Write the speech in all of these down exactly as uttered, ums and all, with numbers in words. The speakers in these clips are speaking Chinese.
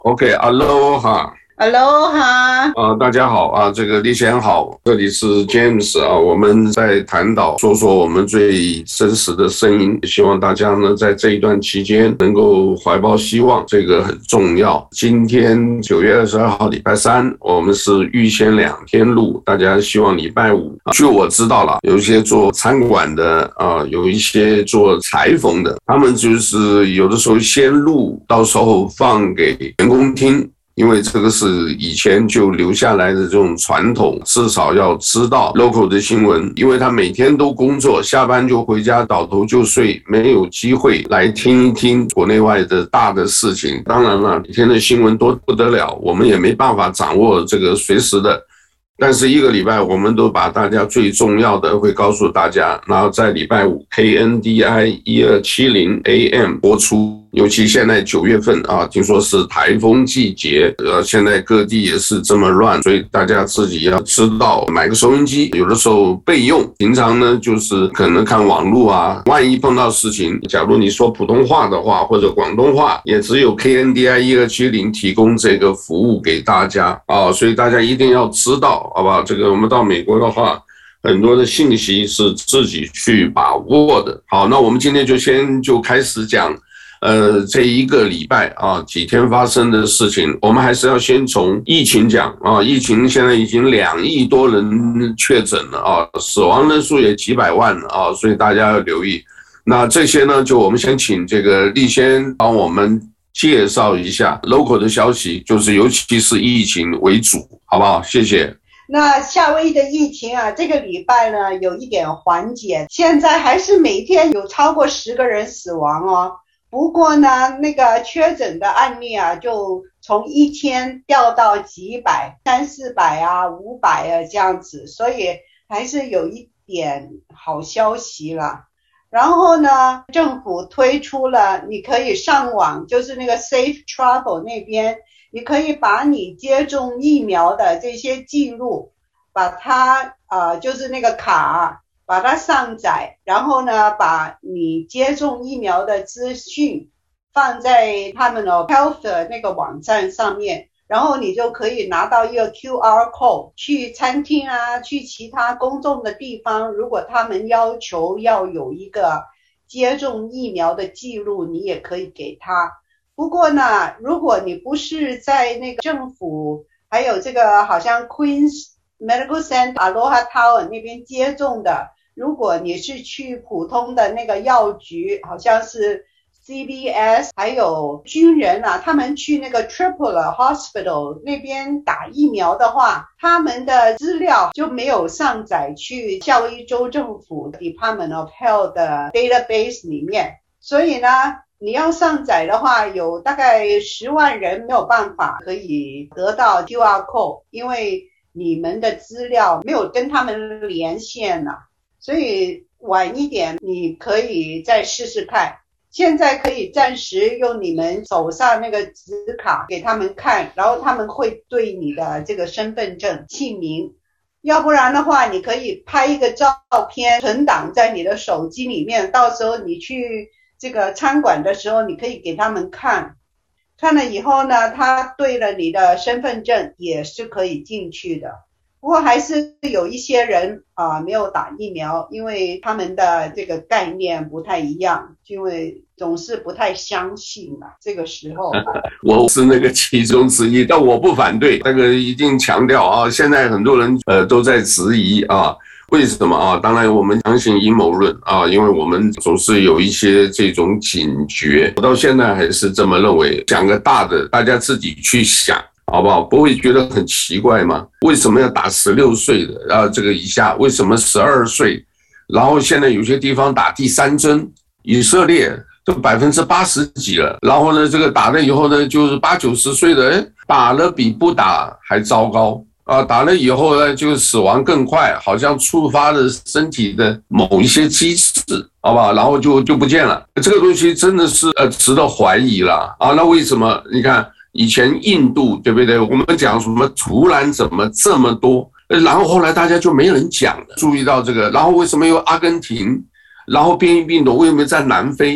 OK，Aloha， Aloha， 呃，大家好啊，这个立贤好，这里是 James 啊，我们在谈到说说我们最真实的声音，希望大家呢在这一段期间能够怀抱希望，这个很重要。今天九月二十二号，礼拜三，我们是预先两天录，大家希望礼拜五。据我知道了，有一些做餐馆的啊，有一些做裁缝的，他们就是有的时候先录，到时候放给员工听。因为这个是以前就留下来的这种传统，至少要知道 local 的新闻，因为他每天都工作，下班就回家倒头就睡，没有机会来听一听国内外的大的事情。当然了，每天的新闻多不得了，我们也没办法掌握这个随时的，但是一个礼拜我们都把大家最重要的会告诉大家，然后在礼拜五 K N D I 一二七零 A M 播出。尤其现在九月份啊，听说是台风季节，呃，现在各地也是这么乱，所以大家自己要知道，买个收音机，有的时候备用。平常呢，就是可能看网络啊，万一碰到事情，假如你说普通话的话或者广东话，也只有 K N D I 一二七零提供这个服务给大家啊，所以大家一定要知道，好不好？这个我们到美国的话，很多的信息是自己去把握的。好，那我们今天就先就开始讲。呃，这一个礼拜啊，几天发生的事情，我们还是要先从疫情讲啊。疫情现在已经两亿多人确诊了啊，死亡人数也几百万了啊，所以大家要留意。那这些呢，就我们先请这个立先帮我们介绍一下 local 的消息，就是尤其是疫情为主，好不好？谢谢。 那夏威夷的疫情啊，这个礼拜呢有一点缓解，现在还是每天有超过十个人死亡哦。不过呢，那个确诊的案例啊，就从一千掉到几百、三四百啊、五百啊这样子，所以还是有一点好消息了。然后呢，政府推出了你可以上网，就是那个 Safe Travel 那边，你可以把你接种疫苗的这些记录，把它呃，就是那个卡。把它上载，然后呢，把你接种疫苗的资讯放在他们的 Health 的那个网站上面，然后你就可以拿到一个 Q R code， 去餐厅啊，去其他公众的地方，如果他们要求要有一个接种疫苗的记录，你也可以给他。不过呢，如果你不是在那个政府，还有这个好像 Queen's Medical Center Aloha Tower 那边接种的，如果你是去普通的那个药局，好像是 C V S 还有军人啊，他们去那个 Tripoli Hospital 那边打疫苗的话，他们的资料就没有上载去夏威夷州政府 Department of Health 的 database 里面，所以呢你要上载的话，有大概十万人没有办法可以得到 Q R code， 因为你们的资料没有跟他们连线了，所以晚一点你可以再试试看。现在可以暂时用你们手上那个纸卡给他们看，然后他们会对你的这个身份证姓名，要不然的话你可以拍一个照片存档在你的手机里面，到时候你去这个餐馆的时候你可以给他们看，看了以后呢，他对了你的身份证也是可以进去的。不过还是有一些人啊、呃、没有打疫苗，因为他们的这个概念不太一样，因为总是不太相信嘛。这个时候， 我是那个其中之一，但我不反对。这个一定强调啊，现在很多人呃都在质疑啊。为什么啊？当然，我们相信阴谋论啊，因为我们总是有一些这种警觉。我到现在还是这么认为。讲个大的，大家自己去想，好不好？不会觉得很奇怪吗？为什么要打十六岁的？然后这个以下，为什么十二岁？然后现在有些地方打第三针，以色列都百分之八十几了。然后呢，这个打了以后呢，就是八九十岁的，哎，打了比不打还糟糕。啊，打了以后呢，就死亡更快，好像触发了身体的某一些机制，好吧，然后就就不见了。这个东西真的是呃值得怀疑了啊。那为什么？你看以前印度对不对？我们讲什么突然怎么这么多，然后后来大家就没人讲了。注意到这个，然后为什么有阿根廷，然后变异病毒为什么在南非？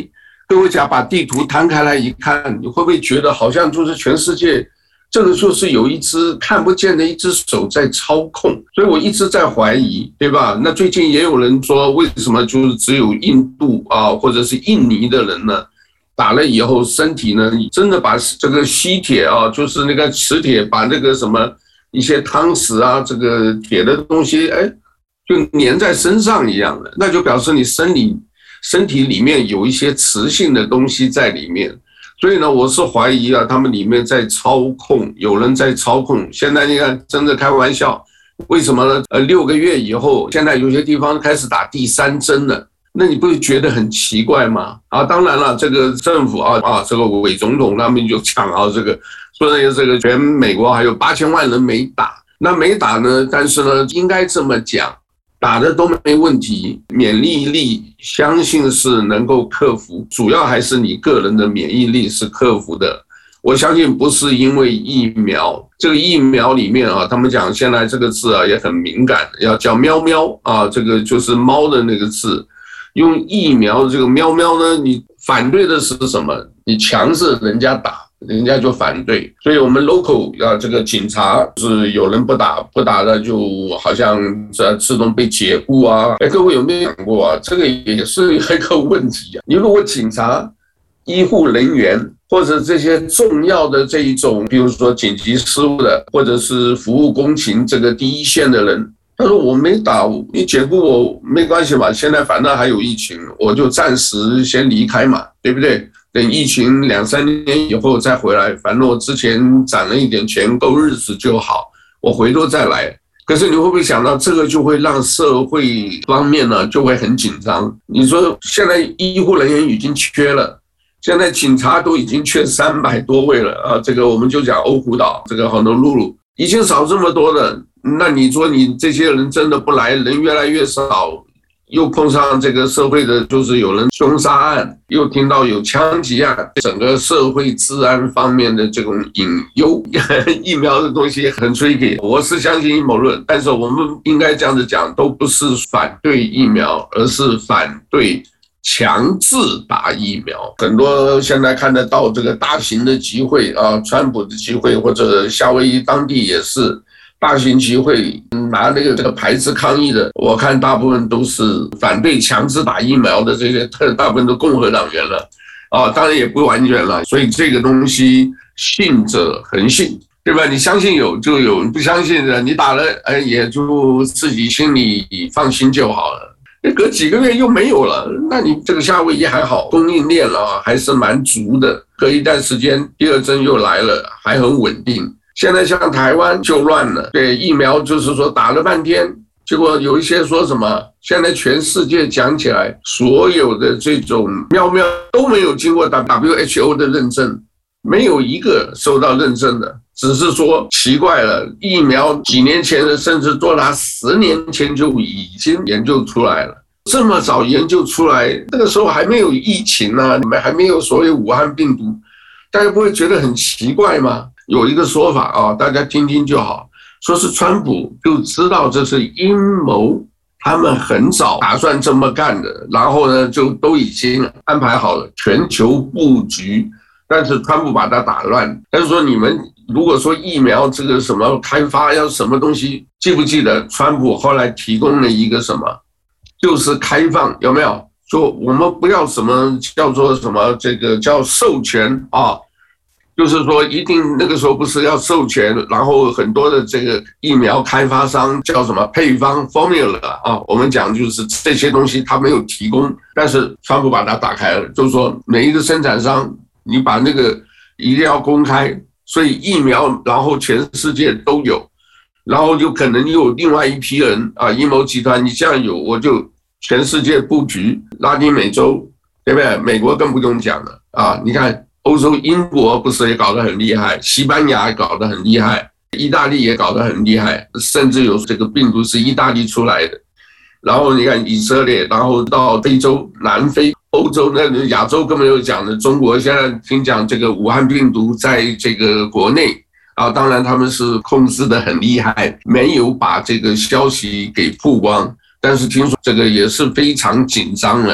各位讲把地图摊开来一看，你会不会觉得好像就是全世界？这个就是有一只看不见的一只手在操控，所以我一直在怀疑，对吧？那最近也有人说，为什么就是只有印度啊，或者是印尼的人呢，打了以后身体呢，真的把这个吸铁啊，就是那个磁铁，把那个什么一些汤匙啊，这个铁的东西，哎，就粘在身上一样的，那就表示你身体身体里面有一些磁性的东西在里面。所以呢，我是怀疑啊，他们里面在操控，有人在操控。现在你看，真的开玩笑，为什么呢？呃，六个月以后，现在有些地方开始打第三针了，那你不会觉得很奇怪吗？啊，当然了，这个政府啊啊，这个伪总统他们就讲啊，这个说那个这个全美国还有八千万人没打，那没打呢，但是呢，应该这么讲。打的都没问题，免疫力相信是能够克服，主要还是你个人的免疫力是克服的。我相信不是因为疫苗，这个疫苗里面啊，他们讲现在这个字啊也很敏感，要叫喵喵啊，这个就是猫的那个字。用疫苗这个喵喵呢，你反对的是什么？你强制人家打。人家就反对，所以我们 local 啊，这个警察是有人不打，不打的就好像这自动被解雇啊。哎，各位有没有想过啊？这个也是一个问题啊。你如果警察、医护人员或者这些重要的这一种，比如说紧急事务的，或者是服务公勤这个第一线的人，他说我没打，你解雇我没关系嘛，现在反正还有疫情，我就暂时先离开嘛，对不对？等疫情两三年以后再回来，反正我之前攒了一点钱，够日子就好，我回头再来。可是你会不会想到，这个就会让社会方面呢就会很紧张？你说现在医护人员已经缺了，现在警察都已经缺三百多位了啊！这个我们就讲欧胡岛，这个honolulu露露已经少这么多了，那你说你这些人真的不来，人越来越少。又碰上这个社会的，就是有人凶杀案，又听到有枪击案，整个社会治安方面的这种隐忧，疫苗的东西很 tricky。我是相信阴谋论，但是我们应该这样子讲，都不是反对疫苗，而是反对强制打疫苗。很多现在看得到这个大型的集会啊，川普的集会或者夏威夷当地也是。大型集会拿那个这个牌子抗议的，我看大部分都是反对强制打疫苗的这些，大部分都共和党员了，啊，当然也不完全了。所以这个东西信者恒信，对吧？你相信有就有，不相信的你打了，哎，也就自己心里放心就好了。隔几个月又没有了，那你这个夏威夷还好，供应链啊还是蛮足的。隔一段时间，第二针又来了，还很稳定。现在像台湾就乱了，对疫苗就是说打了半天，结果有一些说什么，现在全世界讲起来，所有的这种喵喵都没有经过 W H O 的认证，没有一个受到认证的，只是说奇怪了，疫苗几年前的，甚至多达十年前就已经研究出来了。这么早研究出来，那个时候还没有疫情啊，你们还没有所谓武汉病毒，大家不会觉得很奇怪吗？有一个说法啊，大家听听就好，说是川普就知道这是阴谋，他们很早打算这么干的，然后呢就都已经安排好了全球布局，但是川普把它打乱。但是说你们如果说疫苗这个什么开发要什么东西，记不记得川普后来提供了一个什么，就是开放，有没有？说我们不要什么叫做什么这个叫授权啊。就是说，一定那个时候不是要授权，然后很多的这个疫苗开发商叫什么配方 formula 啊，我们讲就是这些东西他没有提供，但是川普把它打开了，就是说每一个生产商你把那个一定要公开，所以疫苗然后全世界都有，然后就可能有另外一批人啊，阴谋集团你这样有，我就全世界布局，拉丁美洲对不对？美国更不用讲了啊，你看。欧洲英国不是也搞得很厉害，西班牙也搞得很厉害，意大利也搞得很厉害，甚至有这个病毒是意大利出来的。然后你看以色列，然后到非洲、南非、欧洲，那亚洲更没有讲的。中国现在听讲这个武汉病毒在这个国内啊，当然他们是控制得很厉害，没有把这个消息给曝光，但是听说这个也是非常紧张了。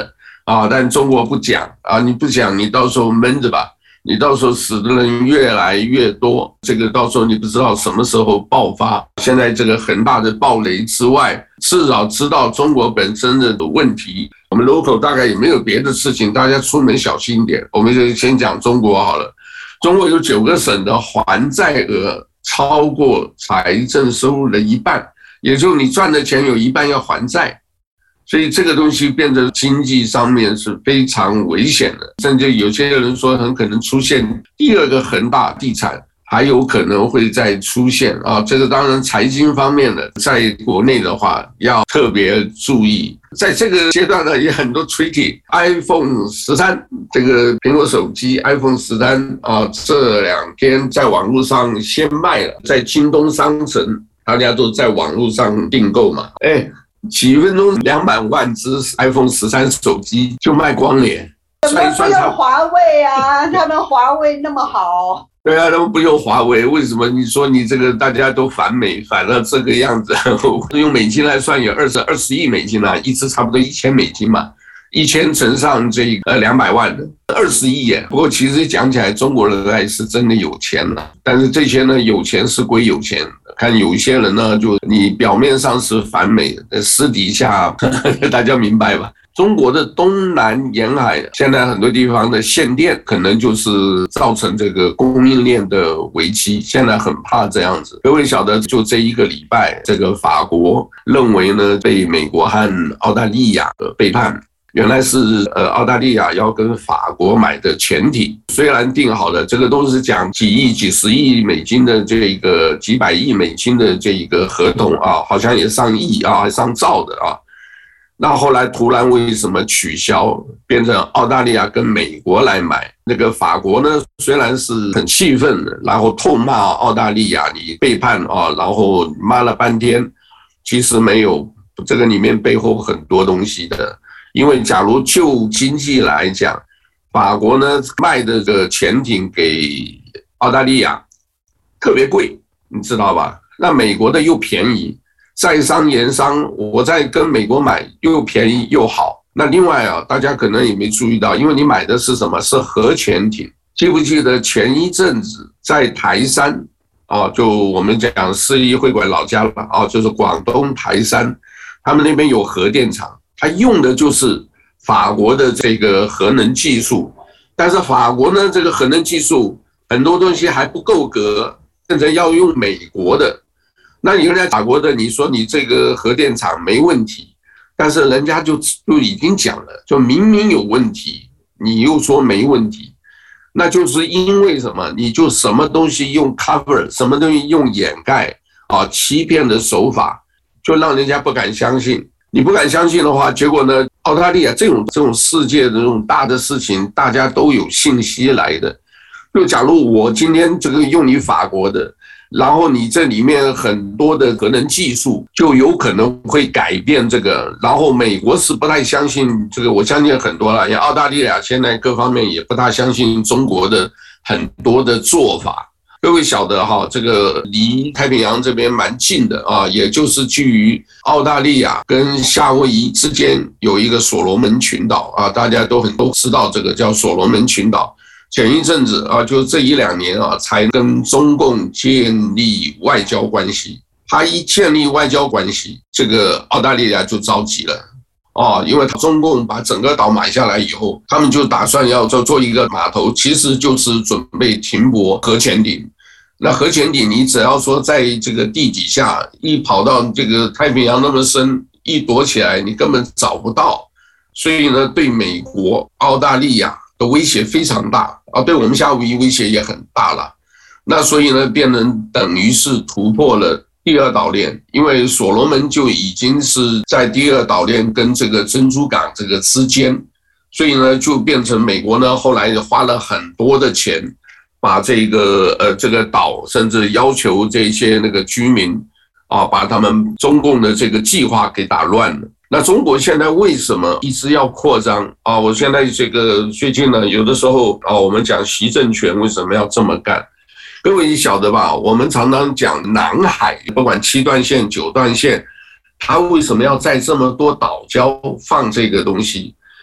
啊，但中国不讲啊，你不讲，你到时候闷着吧，你到时候死的人越来越多，这个到时候你不知道什么时候爆发。现在这个很大的暴雷之外，至少知道中国本身的问题。我们 local 大概也没有别的事情，大家出门小心一点。我们就先讲中国好了。中国有九个省的还债额超过财政收入的一半，也就是你赚的钱有一半要还债。所以这个东西变成经济上面是非常危险的，甚至有些人说很可能出现第二个恒大地产，还有可能会再出现啊。这个当然财经方面的，在国内的话要特别注意。在这个阶段呢，也很多 tricky。iPhone 十三这个苹果手机 iPhone 十三啊，这两天在网络上先卖了，在京东商城大家都在网络上订购嘛，哎。几分钟两百万只 iPhone 十三手机就卖光了， 怎么不用华为啊？他们华为那么好。 对啊，他们不用华为，为什么？你说你这个大家都反美，反了这个样子，用美金来算有二十二十亿美金啊，一只差不多一千美金嘛，一千乘上这个两百万的二十亿耶。不过其实讲起来，中国人还是真的有钱了，但是这些呢，有钱是归有钱。看有一些人呢，就你表面上是反美，私底下大家明白吧？中国的东南沿海现在很多地方的限电，可能就是造成这个供应链的危机。现在很怕这样子。各位晓得，就这一个礼拜，这个法国认为呢，被美国和澳大利亚的背叛。原来是呃澳大利亚要跟法国买的潜艇，虽然定好了，这个都是讲几亿、几十亿美金的这个几百亿美金的这个合同啊，好像也上亿啊，还上兆的啊。那后来突然为什么取消，变成澳大利亚跟美国来买？那个法国呢，虽然是很气愤的，然后痛骂澳大利亚你背叛啊，然后骂了半天，其实没有，这个里面背后很多东西的。因为假如就经济来讲，法国呢卖的这个潜艇给澳大利亚特别贵，你知道吧？那美国的又便宜，在商言商，我在跟美国买又便宜又好。那另外啊，大家可能也没注意到，因为你买的是什么？是核潜艇。记不记得前一阵子在台山啊，就我们讲市立会馆老家了啊，就是广东台山，他们那边有核电厂。它用的就是法国的这个核能技术，但是法国呢，这个核能技术很多东西还不够格，变成要用美国的。那你人家法国的，你说你这个核电厂没问题，但是人家就就已经讲了，就明明有问题，你又说没问题，那就是因为什么？你就什么东西用 cover， 什么东西用掩盖啊，欺骗的手法，就让人家不敢相信。你不敢相信的话，结果呢？澳大利亚这种这种世界的这种大的事情，大家都有信息来的。就假如我今天这个用你法国的，然后你这里面很多的核能技术就有可能会改变这个。然后美国是不太相信这个，我相信很多了。像澳大利亚现在各方面也不太相信中国的很多的做法。各位晓得哈，这个离太平洋这边蛮近的啊，也就是基于澳大利亚跟夏威夷之间有一个所罗门群岛啊，大家都很都知道这个叫所罗门群岛。前一阵子啊，就这一两年啊，才跟中共建立外交关系。他一建立外交关系，这个澳大利亚就着急了。哦，因为中共把整个岛买下来以后，他们就打算要做做一个码头，其实就是准备停泊核潜艇。那核潜艇，你只要说在这个地底下一跑到这个太平洋那么深，一躲起来，你根本找不到。所以呢，对美国、澳大利亚的威胁非常大啊，对我们夏威夷威胁也很大了。那所以呢，变成等于是突破了第二岛链，因为所罗门就已经是在第二岛链跟这个珍珠港这个之间，所以呢就变成美国呢后来花了很多的钱，把这个呃这个岛，甚至要求这些那个居民啊，把他们中共的这个计划给打乱了。那中国现在为什么一直要扩张啊？我现在这个最近呢，有的时候啊，我们讲习政权为什么要这么干？各位你晓得吧？我们常常讲南海，不管七段线、九段线，它为什么要在这么多岛礁放这个东西？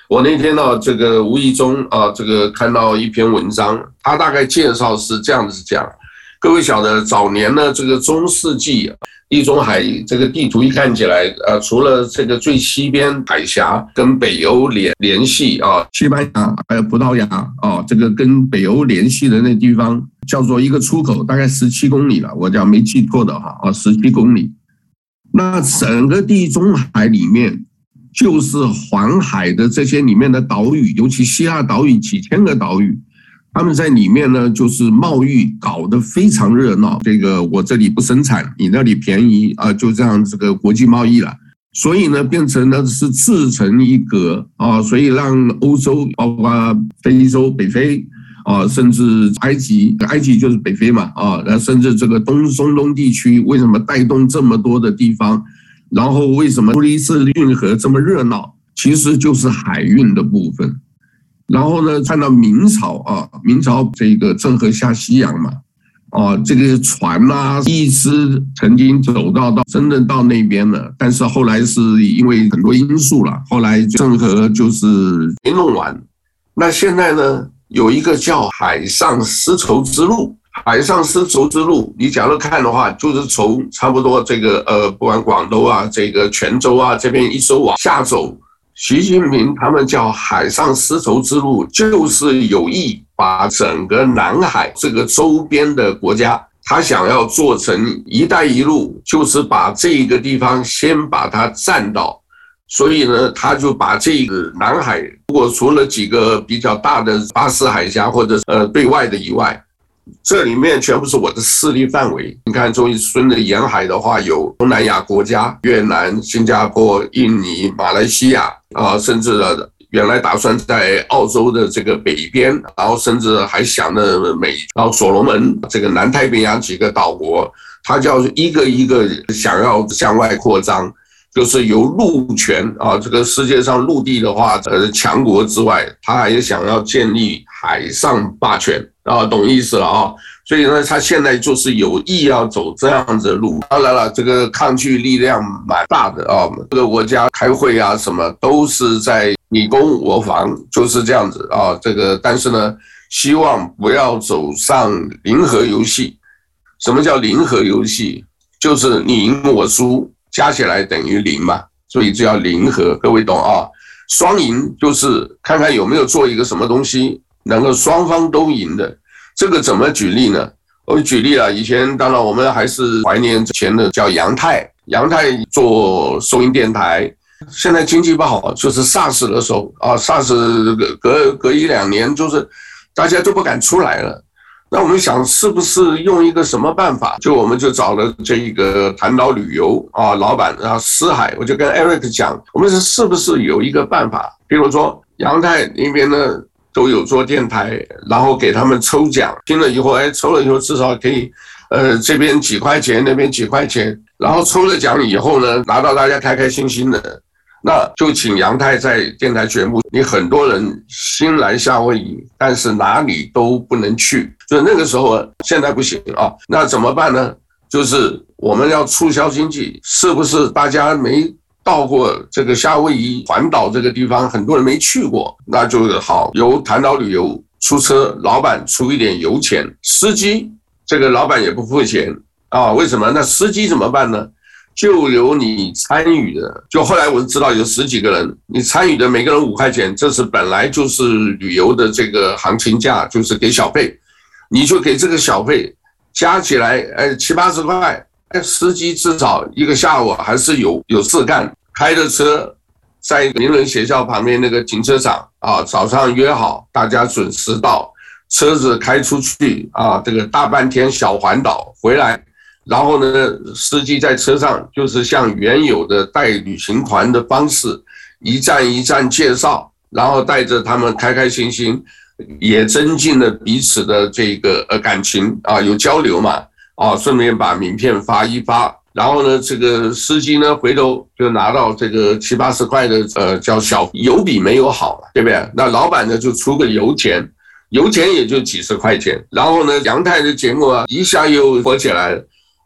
我那天呢，这个无意中啊，这个看到一篇文章，他大概介绍是这样子讲。各位晓得，早年呢，这个中世纪地中海这个地图一看起来，呃，除了这个最西边海峡跟北欧联联系啊，西班牙还有葡萄牙啊，这个跟北欧联系的那地方叫做一个出口，大概十七公里了，我讲没记错的哈啊，十七公里。那整个地中海里面，就是环海的这些里面的岛屿，尤其希腊岛屿几千个岛屿。他们在里面呢，就是贸易搞得非常热闹。这个我这里不生产，你那里便宜啊，就这样这个国际贸易了。所以呢，变成呢是自成一格啊，所以让欧洲，包括非洲、北非啊，甚至埃及，埃及就是北非嘛啊，然后甚至这个东中东地区，为什么带动这么多的地方？然后为什么苏伊士运河这么热闹？其实就是海运的部分。然后呢，看到明朝啊，明朝这个郑和下西洋嘛，啊，这个船啊，一直曾经走到到真的到那边了，但是后来是因为很多因素了，后来郑和就是没弄完。那现在呢，有一个叫海上丝绸之路，海上丝绸之路，你假如看的话，就是从差不多这个呃，不管广州啊，这个泉州啊这边一直往下走。习近平他们叫海上丝绸之路，就是有意把整个南海这个周边的国家，他想要做成一带一路，就是把这个地方先把它占到。所以呢，他就把这个南海，如果除了几个比较大的巴士海峡或者呃对外的以外，这里面全部是我的势力范围。你看，周一顺的沿海的话，有东南亚国家、越南、新加坡、印尼、马来西亚啊，甚至原来打算在澳洲的这个北边，然后甚至还想着美，然后所罗门这个南太平洋几个岛国，它叫一个一个想要向外扩张。就是由陆权啊，这个世界上陆地的话，呃，强国之外，他还想要建立海上霸权啊，懂意思了啊？所以呢，他现在就是有意要走这样子的路。当然了，这个抗拒力量蛮大的啊，这个国家开会啊，什么都是在你攻我防，就是这样子啊。这个，但是呢，希望不要走上零和游戏。什么叫零和游戏？就是你赢我输。加起来等于零嘛，所以就要零和，各位懂啊？双赢就是看看有没有做一个什么东西能够双方都赢的。这个怎么举例呢？我举例了，以前当然我们还是怀念前的叫杨太，杨太做收音电台，现在经济不好，就是 SARS 的时候啊 ，SARS 隔隔一两年就是大家都不敢出来了。那我们想是不是用一个什么办法？就我们就找了这个谈岛旅游啊老板啊思海，我就跟 Eric 讲，我们是是不是有一个办法？比如说杨太那边呢都有做电台，然后给他们抽奖，听了以后，哎，抽了以后至少可以，呃，这边几块钱，那边几块钱，然后抽了奖以后呢，拿到大家开开心心的。那就请杨太在电台节目，你很多人新来夏威夷，但是哪里都不能去，所以那个时候现在不行啊，那怎么办呢？就是我们要促销经济，是不是大家没到过这个夏威夷环岛这个地方，很多人没去过，那就好，由谈岛旅游出车，老板出一点油钱，司机这个老板也不付钱啊，为什么？那司机怎么办呢？就由你参与的，就后来我知道有十几个人，你参与的每个人五块钱，这是本来就是旅游的这个行情价，就是给小费，你就给这个小费加起来，哎，七八十块，哎，司机至少一个下午还是有有事干，开着车在名人学校旁边那个停车场啊，早上约好，大家准时到，车子开出去啊，这个大半天小环岛回来。然后呢，司机在车上就是像原有的带旅行团的方式，一站一站介绍，然后带着他们开开心心，也增进了彼此的这个呃感情啊，有交流嘛啊，顺便把名片发一发。然后呢，这个司机呢回头就拿到这个七八十块的呃叫小油比没有好，对不对？那老板呢就出个油钱，油钱也就几十块钱。然后呢，杨太的节目啊一下又火起来了。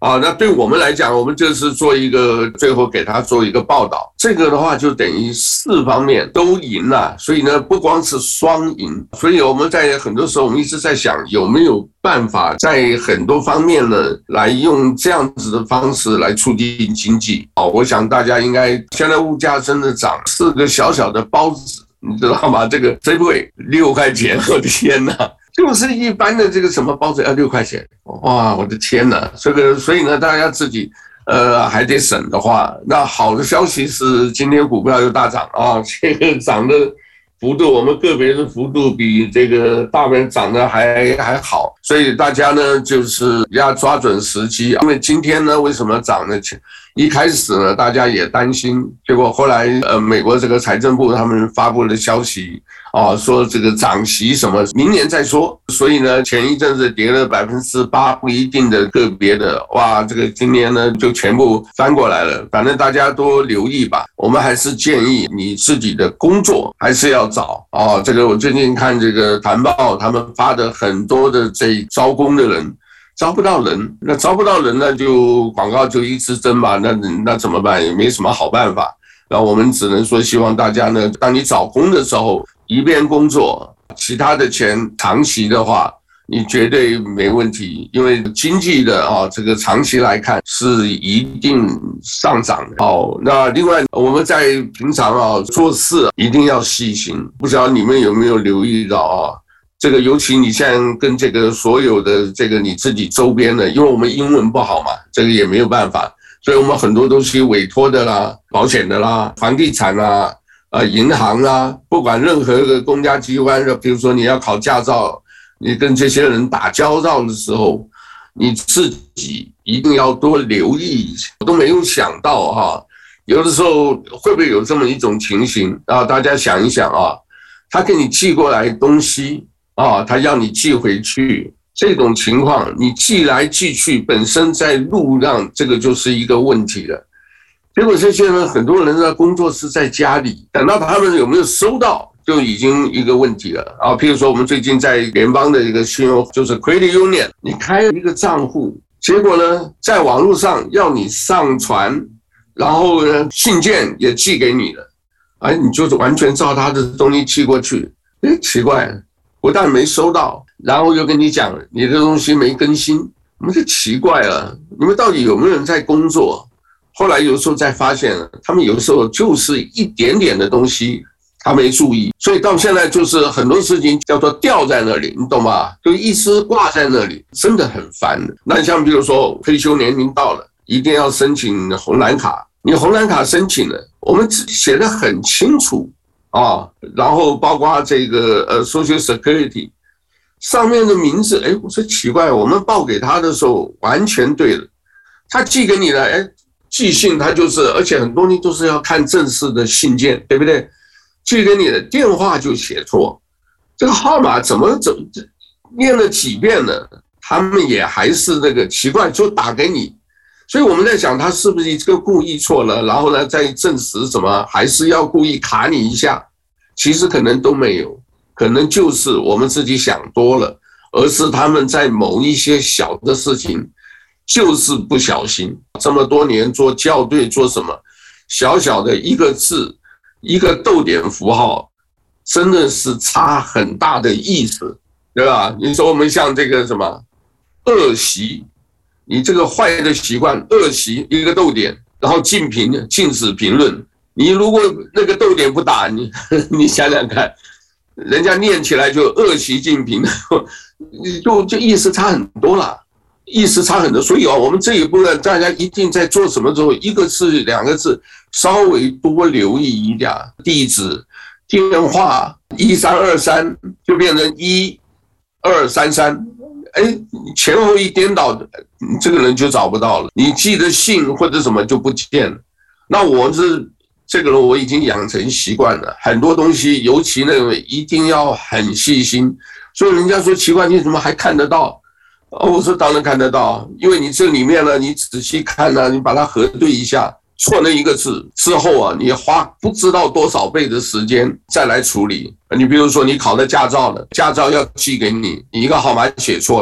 啊，那对我们来讲，我们就是做一个最后给他做一个报道，这个的话就等于四方面都赢了，所以呢不光是双赢，所以我们在很多时候我们一直在想有没有办法在很多方面呢来用这样子的方式来促进经济。哦，我想大家应该现在物价真的涨，四个小小的包子，你知道吗？这个最贵六块钱，我的天哪！就是一般的这个什么包子要六块钱，哇，我的天哪！这个所以呢，大家自己呃还得省的话，那好的消息是今天股票又大涨啊，这个涨的幅度，我们个别的幅度比这个大盘涨得还还好，所以大家呢就是要抓准时机，因为今天呢为什么涨呢？一开始呢大家也担心，结果后来呃美国这个财政部他们发布了消息。哦，说这个涨息什么，明年再说。所以呢，前一阵子跌了百分之八，不一定的个别的，哇，这个今年呢就全部翻过来了。反正大家多留意吧。我们还是建议你自己的工作还是要找哦。这个我最近看这个谈报，他们发的很多的这招工的人。招不到人，那招不到人呢，就广告就一直增吧，那那怎么办？也没什么好办法。然后我们只能说，希望大家呢，当你找工的时候，一边工作，其他的钱长期的话，你绝对没问题，因为经济的啊，这个长期来看是一定上涨的。哦，那另外我们在平常啊做事一定要细心，不知道你们有没有留意到啊？这个尤其你现在跟这个所有的这个你自己周边的，因为我们英文不好嘛，这个也没有办法，所以我们很多东西委托的啦、保险的啦、房地产啦、呃银行啦，不管任何一个公家机关的，比如说你要考驾照，你跟这些人打交道的时候，你自己一定要多留意一下。我都没有想到哈，有的时候会不会有这么一种情形啊？大家想一想啊，他给你寄过来东西。啊，他要你寄回去，这种情况你寄来寄去，本身在路上这个就是一个问题了。结果这些人很多人的工作是在家里，等到他们有没有收到，就已经一个问题了啊。譬如说我们最近在联邦的一个信用，就是 Credit Union， 你开了一个账户，结果呢，在网络上要你上传，然后呢，信件也寄给你了，哎，你就是完全照他的东西寄过去，哎，奇怪了。不但没收到，然后又跟你讲你的东西没更新，我们就奇怪了，你们到底有没有人在工作？后来有时候才发现，他们有时候就是一点点的东西他没注意，所以到现在就是很多事情叫做吊在那里，你懂吗？就一直挂在那里，真的很烦。那像比如说退休年龄到了，一定要申请红蓝卡，你红蓝卡申请了，我们写得很清楚。啊，然后包括这个呃 Social Security 上面的名字，哎，我说奇怪，我们报给他的时候完全对了，他寄给你的，哎，寄信他就是，而且很多东西都是要看正式的信件，对不对？寄给你的电话就写错，这个号码怎么怎么念了几遍了，他们也还是那个奇怪，就打给你。所以我们在想他是不是这个故意错了，然后呢再证实什么，还是要故意卡你一下？其实可能都没有，可能就是我们自己想多了，而是他们在某一些小的事情就是不小心。这么多年做校对做什么，小小的一个字一个逗点符号真的是差很大的意思，对吧？你说我们像这个什么恶习，你这个坏的习惯，恶习一个逗点，然后禁评禁止评论。你如果那个逗点不打，你你想想看，人家念起来就恶习禁评，就就意思差很多了，意思差很多。所以啊，我们这一步呢，大家一定在做什么时候，一个字两个字稍微多留意一点，地址、电话一三二三就变成一二三三。哎，前后一颠倒，这个人就找不到了。你寄的信或者什么就不见了。那我是这个人，我已经养成习惯了，很多东西，尤其那个一定要很细心。所以人家说奇怪，你怎么还看得到？哦，我说当然看得到，因为你这里面呢，你仔细看呢，你把它核对一下，错那一个字之后啊，你花不知道多少倍的时间再来处理。你比如说你考的驾照了，驾照要寄给你，你一个号码写错了，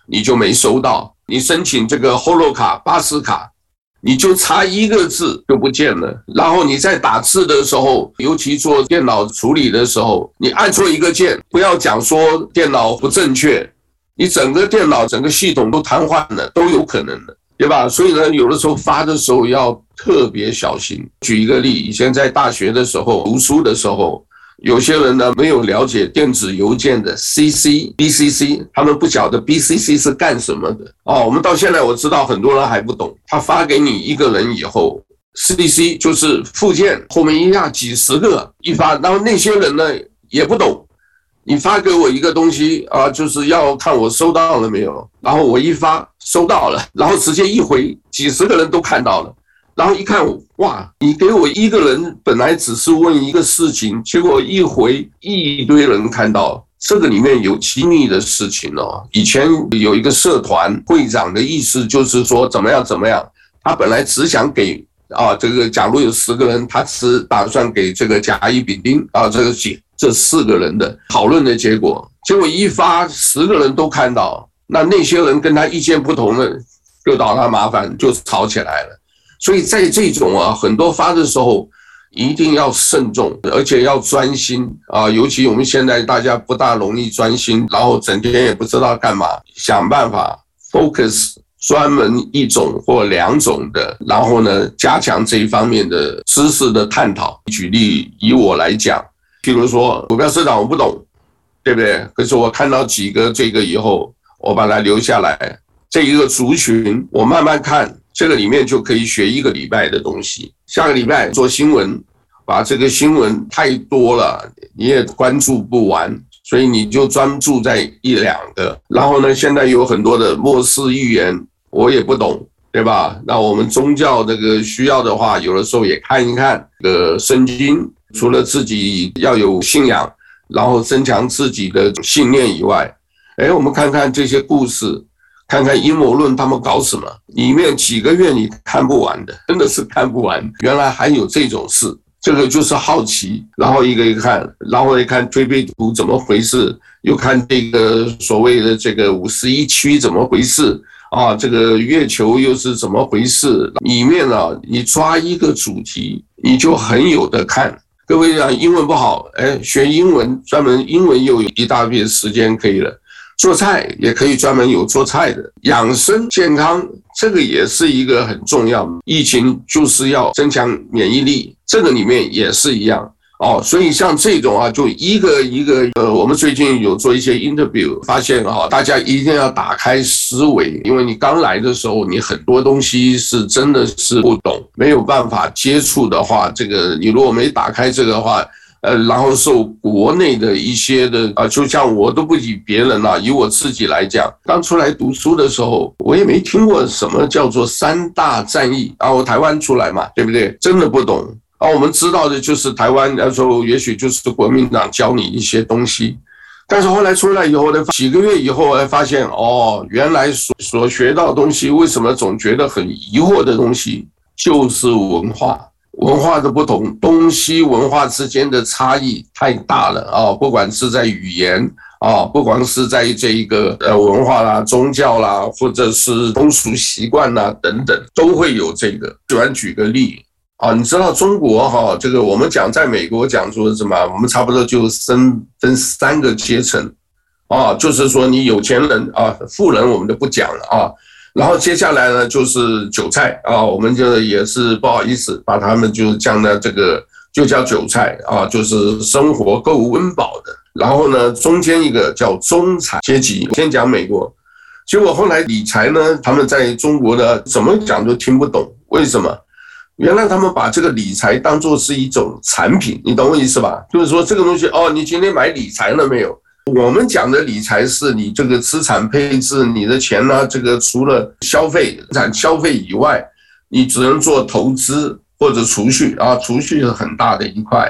你就没收到。你申请这个 Holo 卡、巴士卡，你就差一个字就不见了。然后你在打字的时候，尤其做电脑处理的时候，你按错一个键，不要讲说电脑不正确，你整个电脑、整个系统都瘫痪了，都有可能的，对吧？所以呢，有的时候发的时候要特别小心。举一个例，以前在大学的时候读书的时候，有些人呢没有了解电子邮件的 C C、B C C， 他们不晓得 B C C 是干什么的哦。我们到现在我知道很多人还不懂，他发给你一个人以后 ，C C 就是附件，后面一下几十个一发，然后那些人呢也不懂，你发给我一个东西啊，就是要看我收到了没有，然后我一发收到了，然后直接一回，几十个人都看到了。然后一看，哇，你给我一个人本来只是问一个事情，结果一回一堆人看到，这个里面有机密的事情哦。以前有一个社团会长的意思就是说怎么样怎么样，他本来只想给啊这个，假如有十个人，他只打算给这个甲乙丙丁啊这个几这四个人的讨论的结果，结果一发十个人都看到，那那些人跟他意见不同的就找他麻烦，就吵起来了。所以在这种啊很多发的时候一定要慎重，而且要专心啊，尤其我们现在大家不大容易专心，然后整天也不知道干嘛，想办法 focus 专门一种或两种的，然后呢加强这一方面的知识的探讨。举例以我来讲，譬如说股票市场我不懂，对不对？可是我看到几个这个以后，我把它留下来，这一个族群我慢慢看，这个里面就可以学一个礼拜的东西。下个礼拜做新闻，把这个新闻太多了，你也关注不完，所以你就专注在一两个。然后呢，现在有很多的末世预言，我也不懂，对吧？那我们宗教这个需要的话，有的时候也看一看这个圣经，除了自己要有信仰，然后增强自己的信念以外，哎，我们看看这些故事。看看阴谋论他们搞什么，里面几个月你看不完的，真的是看不完。原来还有这种事，这个就是好奇，然后一个一个看，然后一看推背图怎么回事，又看这个所谓的这个五十一区怎么回事啊，这个月球又是怎么回事。里面啊，你抓一个主题，你就很有的看。各位讲英文不好，哎，学英文专门英文又有一大片时间可以了。做菜也可以专门有做菜的，养生健康这个也是一个很重要。疫情就是要增强免疫力，这个里面也是一样哦。所以像这种啊，就一个一个呃，我们最近有做一些 interview， 发现啊，大家一定要打开思维，因为你刚来的时候，你很多东西是真的是不懂，没有办法接触的话，这个你如果没打开这个的话。呃，然后受国内的一些的啊，就像我都不以别人啊，以我自己来讲，刚出来读书的时候，我也没听过什么叫做三大战役啊，我台湾出来嘛，对不对？真的不懂啊，我们知道的就是台湾那时候也许就是国民党教你一些东西，但是后来出来以后呢，几个月以后才发现，哦，原来所所学到的东西，为什么总觉得很疑惑的东西，就是文化。文化的不同，东西文化之间的差异太大了啊！不管是在语言啊，不管是在这一个呃文化啦、宗教啦，或者是风俗习惯啦等等，都会有这个。喜欢举个例啊，你知道中国哈，这个我们讲在美国讲说什么？我们差不多就分分三个阶层啊，就是说你有钱人啊，富人我们就不讲了啊。然后接下来呢，就是韭菜啊，我们就也是不好意思把他们就降到这个就叫韭菜啊，就是生活够温饱的。然后呢，中间一个叫中产阶级。先讲美国，结果后来理财呢，他们在中国的怎么讲都听不懂，为什么？原来他们把这个理财当作是一种产品，你懂我意思吧？就是说这个东西哦，你今天买理财了没有？我们讲的理财是你这个资产配置，你的钱呢，这个除了消费、产消费以外，你只能做投资或者储蓄啊，储蓄是很大的一块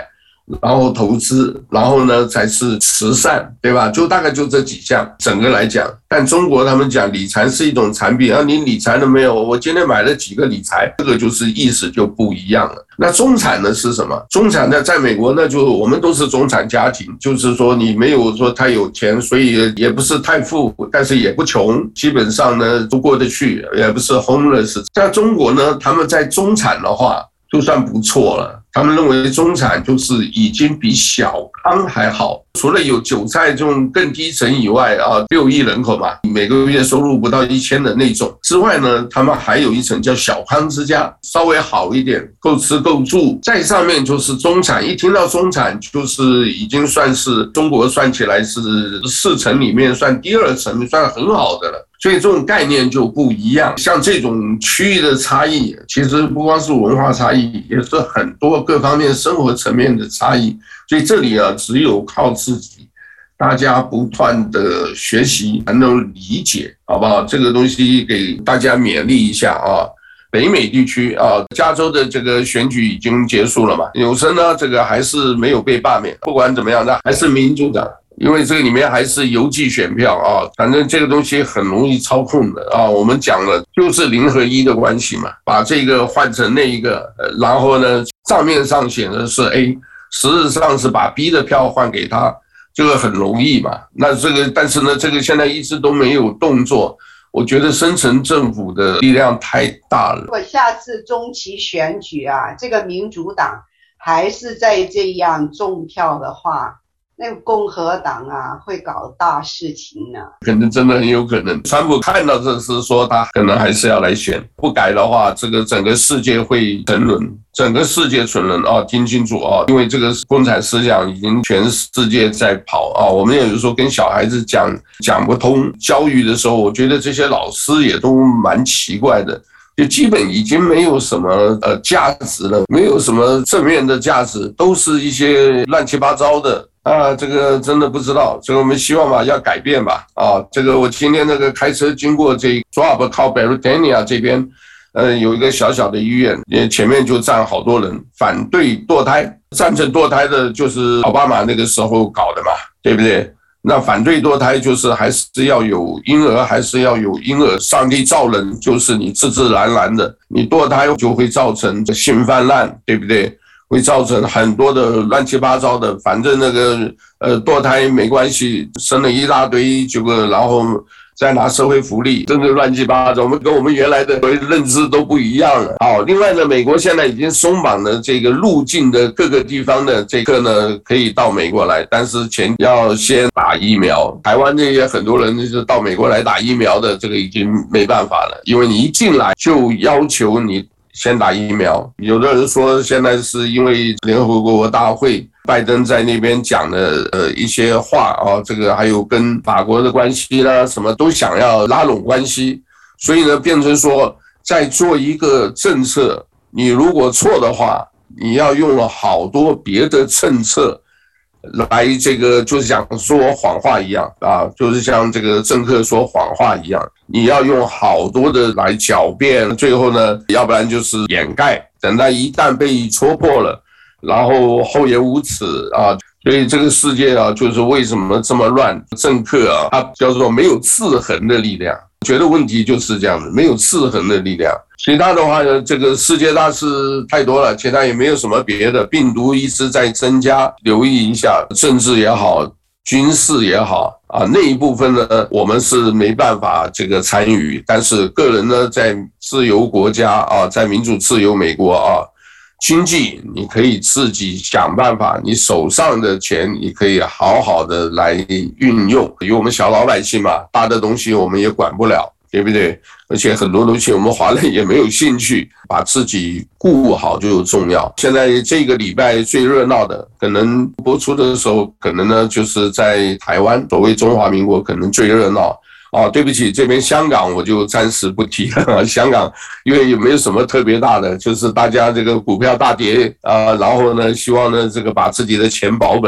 然后投资，然后呢才是慈善，对吧？就大概就这几项，整个来讲。但中国他们讲理财是一种产品，啊，你理财了没有？我今天买了几个理财，这个就是意思就不一样了。那中产呢是什么？中产呢，在美国呢，就我们都是中产家庭，就是说你没有说太有钱，所以也不是太富，但是也不穷，基本上呢都过得去，也不是 homeless。在中国呢，他们在中产的话就算不错了。他们认为中产就是已经比小康还好，除了有韭菜这种更低层以外啊，六亿人口嘛，每个月收入不到一千的那种之外呢，他们还有一层叫小康之家，稍微好一点，够吃够住。再上面就是中产，一听到中产就是已经算是中国算起来是四层里面算第二层，算很好的了。所以这种概念就不一样，像这种区域的差异，其实不光是文化差异，也是很多各方面生活层面的差异。所以这里啊，只有靠自己，大家不断的学习才能理解，好不好？这个东西给大家勉励一下啊。北美地区啊，加州的这个选举已经结束了嘛，纽森呢，这个还是没有被罢免，不管怎么样，那还是民主党。因为这个里面还是邮寄选票啊，反正这个东西很容易操控的啊。我们讲了，就是零和一的关系嘛，把这个换成那一个，然后呢，账面上显示是 A， 实质上是把 B 的票换给他，这个很容易嘛。那这个，但是呢，这个现在一直都没有动作。我觉得深层政府的力量太大了。 如果下次中期选举啊，这个民主党还是在这样种票的话，那个共和党啊会搞大事情呢， 可能真的很有可能。川普看到这是说他可能还是要来选，不改的话，这个整个世界会沉沦，整个世界沉沦啊！听清楚啊，因为这个共产思想已经全世界在跑啊。我们也有时候跟小孩子讲讲不通教育的时候，我觉得这些老师也都蛮奇怪的。就基本已经没有什么呃价值了，没有什么正面的价值，都是一些乱七八糟的啊，这个真的不知道，这个我们希望吧要改变吧啊，这个我今天那个开车经过这 Drop 靠 Britannia 这边，呃有一个小小的医院，前面就站好多人反对堕胎，赞成堕胎的就是奥巴马那个时候搞的嘛，对不对？那反对堕胎就是还是要有婴儿，还是要有婴儿。上帝造人就是你自自然然的，你堕胎就会造成性泛滥，对不对？会造成很多的乱七八糟的，反正那个呃堕胎没关系，生了一大堆，结果然后再拿社会福利，真的乱七八糟，我们跟我们原来的认知都不一样了。好，另外呢，美国现在已经松绑了这个入境的各个地方的这个呢，可以到美国来，但是前要先打疫苗。台湾这些很多人就是到美国来打疫苗的，这个已经没办法了，因为你一进来就要求你先打疫苗。有的人说现在是因为联合国大会拜登在那边讲的呃一些话啊，这个还有跟法国的关系啦，什么都想要拉拢关系，所以呢变成说在做一个政策，你如果错的话，你要用了好多别的政策来这个就是像说谎话一样啊，就是像这个政客说谎话一样，你要用好多的来狡辩，最后呢，要不然就是掩盖，等到一旦被戳破了，然后厚颜无耻啊。所以这个世界啊，就是为什么这么乱？政客啊，他叫做没有制衡的力量。觉得问题就是这样子，没有制衡的力量。其他的话呢，这个世界大事太多了，其他也没有什么别的。病毒一直在增加，留意一下，政治也好，军事也好啊，那一部分呢，我们是没办法这个参与。但是个人呢，在自由国家啊，在民主自由美国啊。经济你可以自己想办法，你手上的钱你可以好好的来运用，因为我们小老百姓嘛，大的东西我们也管不了，对不对？而且很多东西我们华人也没有兴趣，把自己顾好就重要。现在这个礼拜最热闹的，可能播出的时候，可能呢就是在台湾，所谓中华民国可能最热闹。哦，对不起，这边香港我就暂时不提了。香港因为也没有什么特别大的，就是大家这个股票大跌啊，然后呢，希望呢这个把自己的钱保本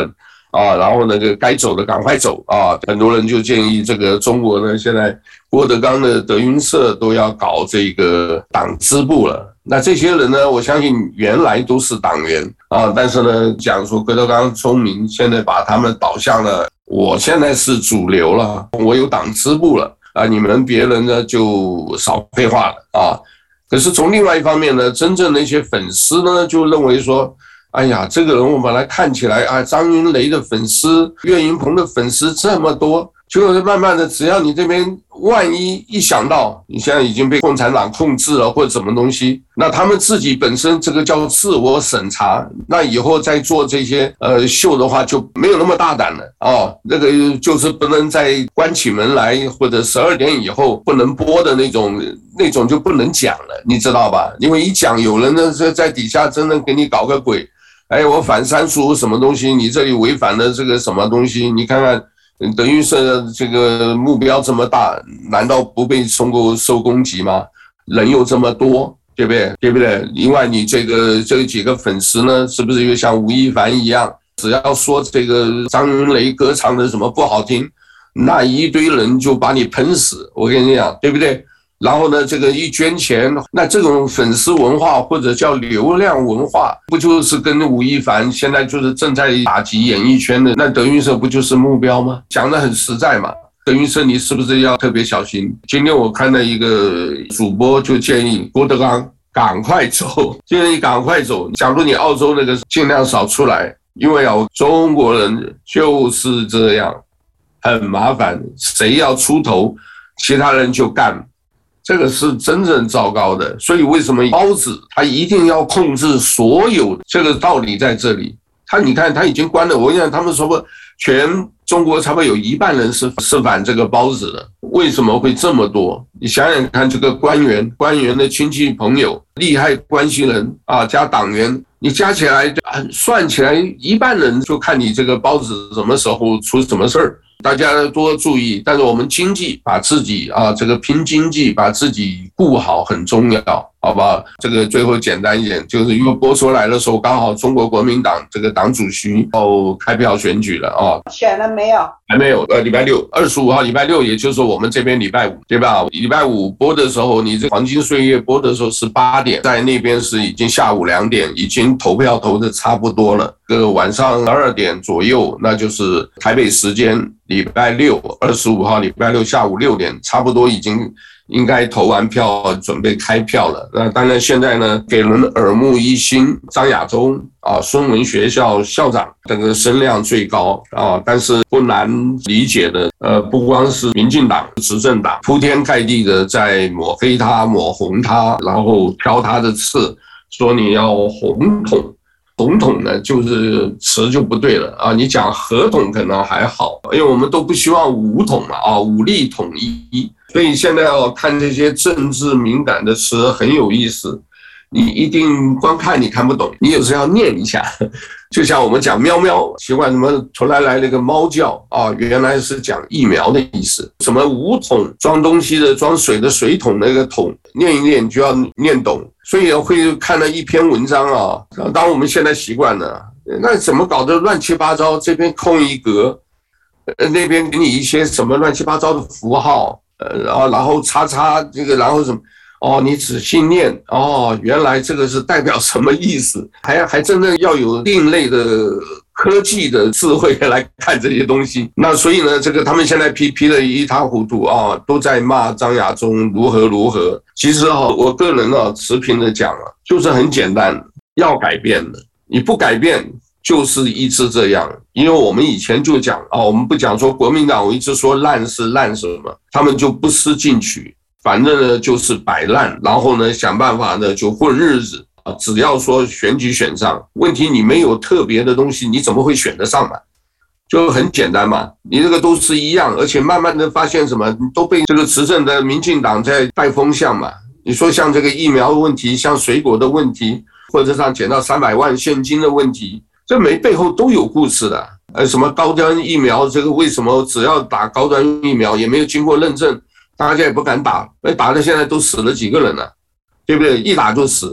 啊，然后那个该走的赶快走啊！很多人就建议这个中国呢，现在郭德纲的德云社都要搞这个党支部了。那这些人呢，我相信原来都是党员啊，但是呢，讲说郭德纲聪明，现在把他们导向了，我现在是主流了，我有党支部了啊，你们别人呢就少废话了啊。可是从另外一方面呢，真正的一些粉丝呢，就认为说，哎呀，这个人我本来看起来啊，张云雷的粉丝、岳云鹏的粉丝这么多，就是慢慢的，只要你这边万一一想到你现在已经被共产党控制了或者什么东西，那他们自己本身这个叫自我审查，那以后再做这些呃秀的话就没有那么大胆了哦，那个就是不能再关起门来或者十二点以后不能播的那种。那种就不能讲了，你知道吧？因为一讲，有人呢在底下真的给你搞个鬼，哎，我反删除什么东西，你这里违反了这个什么东西？你看看德云社这个目标这么大，难道不被中国受攻击吗？人又这么多，对不对？对不对？另外，你这个这几个粉丝呢，是不是又像吴亦凡一样，只要说这个张云雷歌唱的什么不好听，那一堆人就把你喷死？我跟你讲，对不对？然后呢，这个一捐钱，那这种粉丝文化或者叫流量文化，不就是跟吴亦凡现在就是正在打击演艺圈的，那德云社不就是目标吗？讲得很实在嘛。德云社你是不是要特别小心？今天我看到一个主播就建议郭德纲赶快走，建议赶快走。假如你澳洲那个尽量少出来，因为啊，中国人就是这样，很麻烦，谁要出头，其他人就干。这个是真正糟糕的，所以为什么包子他一定要控制所有？这个道理在这里。他你看他已经关了，我想他们说过，全中国差不多有一半人是是反这个包子的，为什么会这么多？你想想看，这个官员、官员的亲戚朋友、利害关系人啊，加党员，你加起来算起来，一半人就看你这个包子什么时候出什么事儿。大家多注意，但是我们经济把自己啊，这个拼经济，把自己顾好很重要，好不好？这个最后简单一点，就是因为播出来的时候，刚好中国国民党这个党主席要开票选举了啊， 选了没有？ 还没有，呃，礼拜六，二十五号礼拜六，也就是我们这边礼拜五，对吧？礼拜五播的时候，你这黄金岁月播的时候是八点，在那边是已经下午两点，已经投票投的差不多了。这个晚上十二点左右，那就是台北时间礼拜六，二十五号礼拜六下午六点，差不多已经应该投完票，准备开票了。那当然现在呢，给人耳目一新，张亚洲啊，孙文学校校长，这个声量最高啊，但是不难理解的，呃，不光是民进党执政党，铺天盖地的在抹黑他、抹红他，然后挑他的刺，说你要红统。统统呢，就是词就不对了啊！你讲合统可能还好，因为我们都不希望武统嘛啊，武力统一。所以现在要看这些政治敏感的词很有意思，你一定光看你看不懂，你有时候要念一下。就像我们讲喵喵，习惯什么从来来了个猫叫啊，原来是讲疫苗的意思。什么五桶装东西的、装水的水桶那个桶，念一念就要念懂。所以会看了一篇文章啊，当我们现在习惯了，那怎么搞得乱七八糟？这边空一格，呃，那边给你一些什么乱七八糟的符号，呃，然后然后叉叉这个，然后什么？哦，你仔细念哦，原来这个是代表什么意思？还还真的要有另类的科技的智慧来看这些东西。那所以呢，这个他们现在批批的一塌糊涂啊，都在骂张亚中如何如何。其实啊，我个人啊持平的讲啊，就是很简单，要改变的，你不改变就是一直这样。因为我们以前就讲啊，我们不讲说国民党，我一直说烂是烂什么，他们就不思进取。反正呢就是摆烂，然后呢想办法呢就混日子啊。只要说选举选上，问题你没有特别的东西，你怎么会选得上嘛？就很简单嘛，你这个都是一样，而且慢慢的发现什么，都被这个执政的民进党在带风向嘛。你说像这个疫苗的问题，像水果的问题，或者像捡到三百万现金的问题，这每背后都有故事的。呃，什么高端疫苗，这个为什么只要打高端疫苗也没有经过认证？大家也不敢打，打的现在都死了几个人了，对不对？一打就死，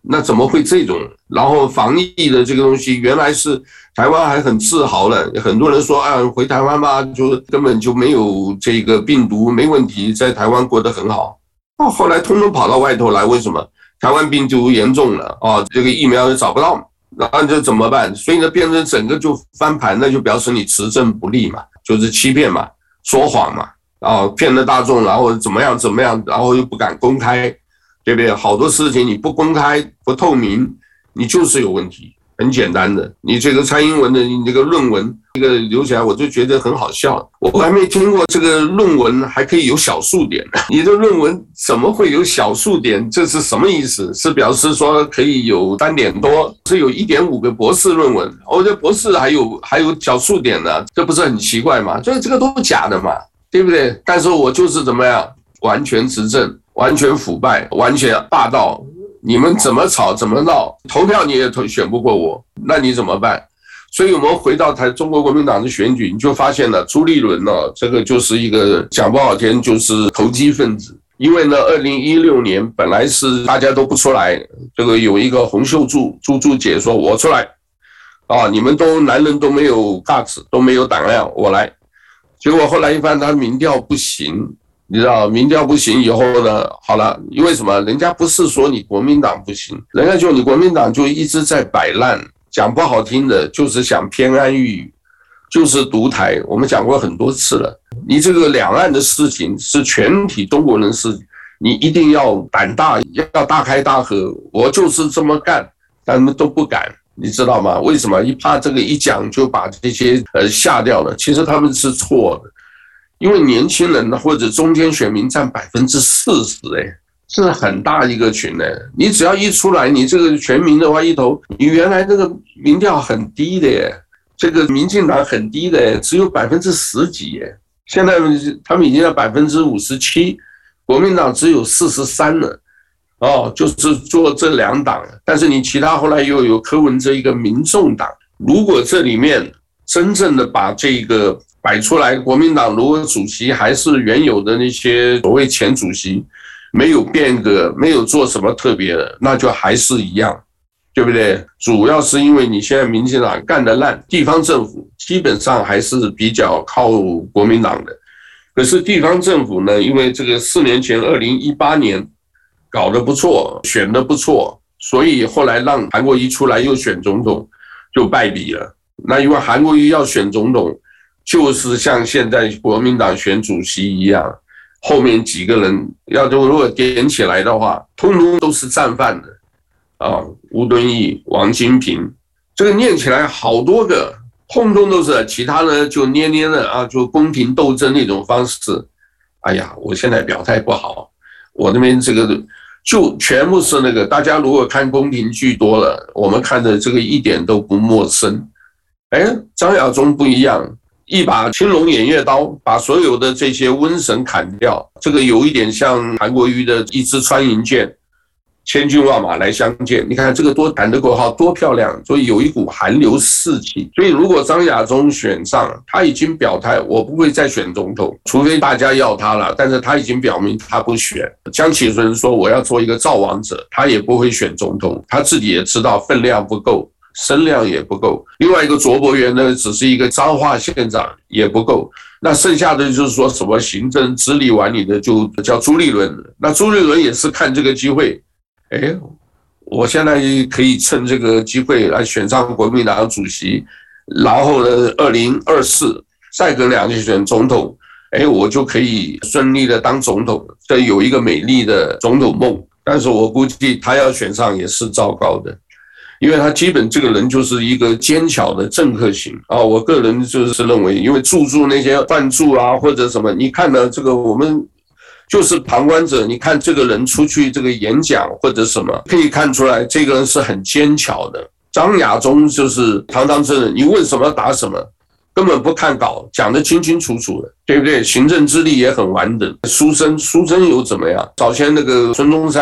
那怎么会这种？然后防疫的这个东西，原来是台湾还很自豪了，很多人说啊，回台湾吧，就根本就没有这个病毒，没问题，在台湾过得很好。哦，后来通通跑到外头来，为什么？台湾病毒严重了啊，这个疫苗也找不到，然后这怎么办？所以呢，变成整个就翻盘，那就表示你持政不力嘛，就是欺骗嘛，说谎嘛，啊，骗了大众，然后怎么样怎么样，然后又不敢公开。对不对？好多事情你不公开、不透明，你就是有问题。很简单的，你这个蔡英文的你这个论文，这个留起来，我就觉得很好笑。我还没听过这个论文还可以有小数点，你的论文怎么会有小数点？这是什么意思？是表示说可以有三点多，是有一点五个博士论文，哦，这博士还有还有小数点呢，这不是很奇怪吗？这这个都是假的嘛，对不对？但是我就是怎么样，完全执政。完全腐败，完全霸道，你们怎么吵怎么闹，投票你也选不过我，那你怎么办？所以我们回到台中国国民党的选举，你就发现了朱立伦呢，这个就是一个讲不好听就是投机分子。因为呢，二零一六年本来是大家都不出来，这个有一个洪秀柱朱朱姐说我出来，啊，你们都男人都没有 guts 都没有胆量，我来。结果后来一看他民调不行。你知道民调不行以后呢，好了，因为什么？人家不是说你国民党不行，人家就你国民党就一直在摆烂，讲不好听的，就是想偏安一隅，就是独台。我们讲过很多次了，你这个两岸的事情是全体中国人的事情，你一定要胆大，要大开大合。我就是这么干，但他们都不敢，你知道吗？为什么？一怕这个一讲就把这些呃吓掉了，其实他们是错的。因为年轻人或者中间选民占百分之四十，哎，是很大一个群呢。你只要一出来，你这个全民的话一投，你原来那个民调很低的耶，这个民进党很低的耶，只有百分之十几耶。现在他们已经在百分之五十七，国民党只有四十三了，哦，就是做这两党。但是你其他后来又有柯文哲一个民众党，如果这里面真正的把这个摆出来，国民党如果主席还是原有的那些所谓前主席，没有变革，没有做什么特别的，那就还是一样，对不对？主要是因为你现在民进党干得烂，地方政府基本上还是比较靠国民党的。可是地方政府呢，因为这个四年前二零一八年搞得不错，选得不错，所以后来让韩国瑜出来又选总统，就败笔了。那因为韩国瑜要选总统，就是像现在国民党选主席一样，后面几个人要如果点起来的话，通通都是战犯的啊，吴敦义、王金平，这个念起来好多个，通通都是，其他呢就捏捏的啊，就宫廷斗争那种方式。哎呀，我现在表态不好，我那边这个就全部是那个，大家如果看宫廷剧多了，我们看的这个一点都不陌生。哎，张亚中不一样。一把青龙偃月刀，把所有的这些瘟神砍掉，这个有一点像韩国瑜的一支穿云箭，千军万马来相见。你看这个多喊的口号多漂亮，所以有一股寒流士气。所以如果张亚中选上，他已经表态，我不会再选总统，除非大家要他了。但是他已经表明他不选。江启臣说我要做一个造王者，他也不会选总统，他自己也知道分量不够。声量也不够，另外一个卓博源呢，只是一个彰化县长也不够，那剩下的就是说什么行政资历完你的就叫朱立伦，那朱立伦也是看这个机会，哎，我现在可以趁这个机会来选上国民党主席，然后呢，二零二四再隔两年选总统，哎，我就可以顺利的当总统，这有一个美丽的总统梦，但是我估计他要选上也是糟糕的。因为他基本这个人就是一个奸巧的政客型啊，我个人就是认为，因为驻驻那些犯驻啊或者什么，你看呢，这个我们就是旁观者，你看这个人出去这个演讲或者什么，可以看出来这个人是很奸巧的。张亚中就是堂堂正正，你问什么答什么，根本不看稿，讲得清清楚楚的，对不对？行政资历也很完整。书生书生又怎么样？早前那个孙中山。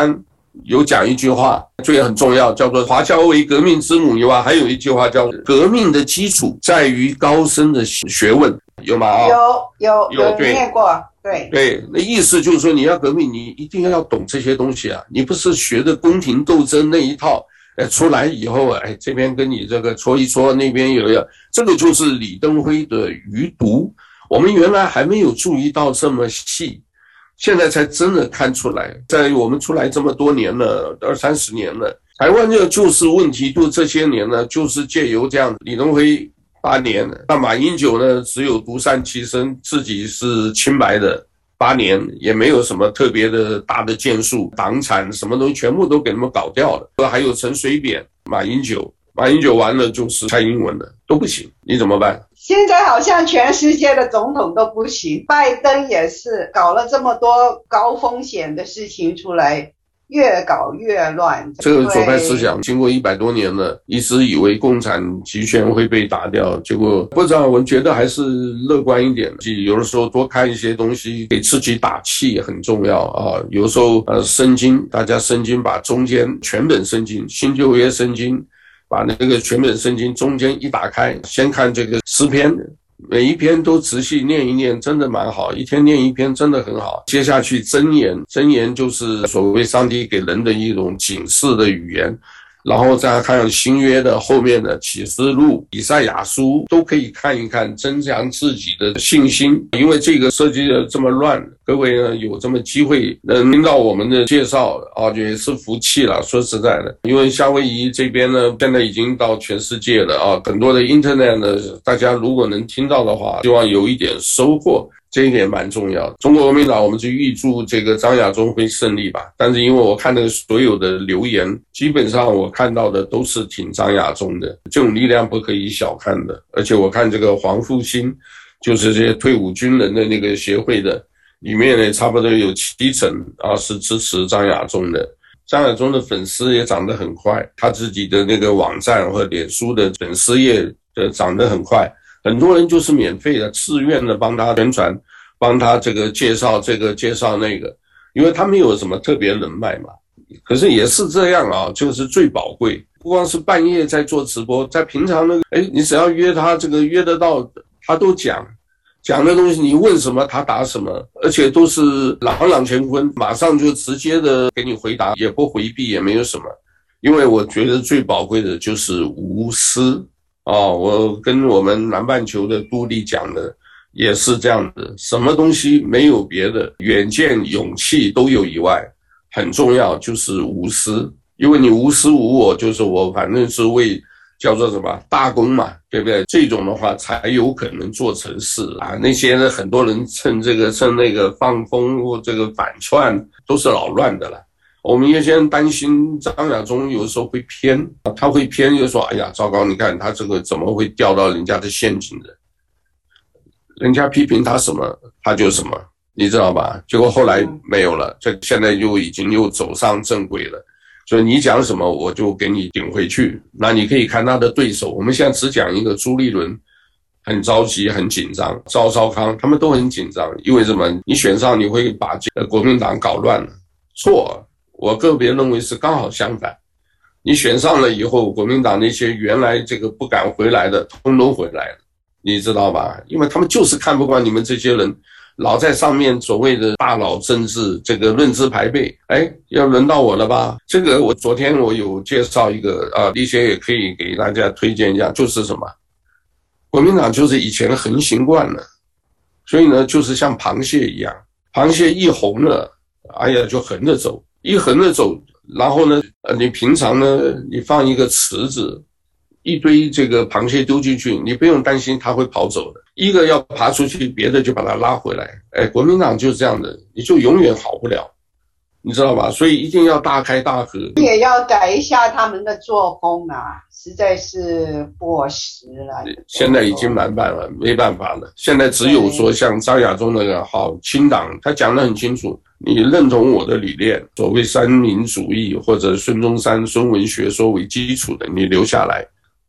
有讲一句话，这也很重要，叫做华侨为革命之母以外，还有一句话叫革命的基础在于高深的学问，有吗？ 有有有有念过，对对，那意思就是说，你要革命，你一定要懂这些东西啊，你不是学的宫廷斗争那一套，哎，出来以后，哎，这边跟你这个戳一戳，那边有有，这个就是李登辉的余毒，我们原来还没有注意到这么细。现在才真的看出来，在我们出来这么多年了，二三十年了，台湾这就是问题度这些年呢，就是借由这样，李登辉八年，那马英九呢只有独善其身，自己是清白的八年，也没有什么特别的大的建树，党产什么东西全部都给他们搞掉了，还有陈水扁、马英九。马英九完了就是蔡英文了，都不行，你怎么办？ 现在好像全世界的总统都不行，拜登也是搞了这么多高风险的事情出来，越搞越乱。 这个左派思想经过一百多年了，一直以为共产集权会被打掉，结果不知道，我觉得还是乐观一点，有的时候多看一些东西，给自己打气很重要啊。有的时候呃，圣经，大家圣经把中间全本圣经，新旧约圣经。把那个全本圣经中间一打开，先看这个诗篇，每一篇都仔细念一念，真的蛮好，一天念一篇真的很好。接下去箴言，箴言就是所谓上帝给人的一种警示的语言，然后再看新约的后面的启示录、以赛亚书，都可以看一看，增强自己的信心。因为这个设计的这么乱，各位呢有这么机会能听到我们的介绍啊，也是福气了。说实在的，因为夏威夷这边呢，现在已经到全世界了啊，很多的 Internet 呢，大家如果能听到的话，希望有一点收获。这一点蛮重要的。中国国民党，我们就预祝这个张亚中会胜利吧。但是因为我看那个所有的留言，基本上我看到的都是挺张亚中的，这种力量不可以小看的。而且我看这个黄复兴，就是这些退伍军人的那个协会的，里面呢差不多有七成啊是支持张亚中的。张亚中的粉丝也涨得很快，他自己的那个网站和脸书的粉丝页的涨得很快。很多人就是免费的、自愿的帮他宣传，帮他这个介绍这个介绍那个，因为他没有什么特别人脉嘛。可是也是这样啊，就是最宝贵。不光是半夜在做直播，在平常那个，哎，你只要约他，这个约得到，他都讲，讲的东西你问什么他答什么，而且都是朗朗乾坤，马上就直接的给你回答，也不回避，也没有什么。因为我觉得最宝贵的就是无私。哦，我跟我们南半球的杜丽讲的也是这样的，什么东西没有别的，远见、勇气都有以外，很重要就是无私，因为你无私无我，就是我反正是为叫做什么大功嘛，对不对？这种的话才有可能做成事啊。那些呢，很多人趁这个趁那个放风或这个反串，都是扰乱的了。我们原先担心张亚中有时候会偏，他会偏就说，哎呀，糟糕，你看他这个怎么会掉到人家的陷阱的？人家批评他什么，他就什么，你知道吧？结果后来没有了，这现在就已经又走上正轨了。所以你讲什么，我就给你顶回去。那你可以看他的对手，我们现在只讲一个朱立伦，很着急，很紧张，赵少康他们都很紧张，因为什么？你选上你会把国民党搞乱了，错。我个别认为是刚好相反，你选上了以后，国民党那些原来这个不敢回来的，通通回来了，你知道吧？因为他们就是看不惯你们这些人，老在上面所谓的大佬政治，这个论资排辈。哎，要轮到我了吧？这个我昨天我有介绍一个啊，一些也可以给大家推荐一下，就是什么？国民党就是以前横行惯了，所以呢，就是像螃蟹一样，螃蟹一红了，哎呀，就横着走。一横着走，然后呢，呃，你平常呢，你放一个池子，一堆这个螃蟹丢进去，你不用担心它会跑走的。一个要爬出去，别的就把它拉回来。哎，国民党就是这样的，你就永远好不了，你知道吧？所以一定要大开大合， 也要改一下他们的作风啊，实在是过时了。 现在已经蛮办了，没办法了。现在只有说像张亚中那个好清党，他讲得很清楚。你认同我的理念，所谓三民主义或者孙中山、孙文学说为基础的，你留下来，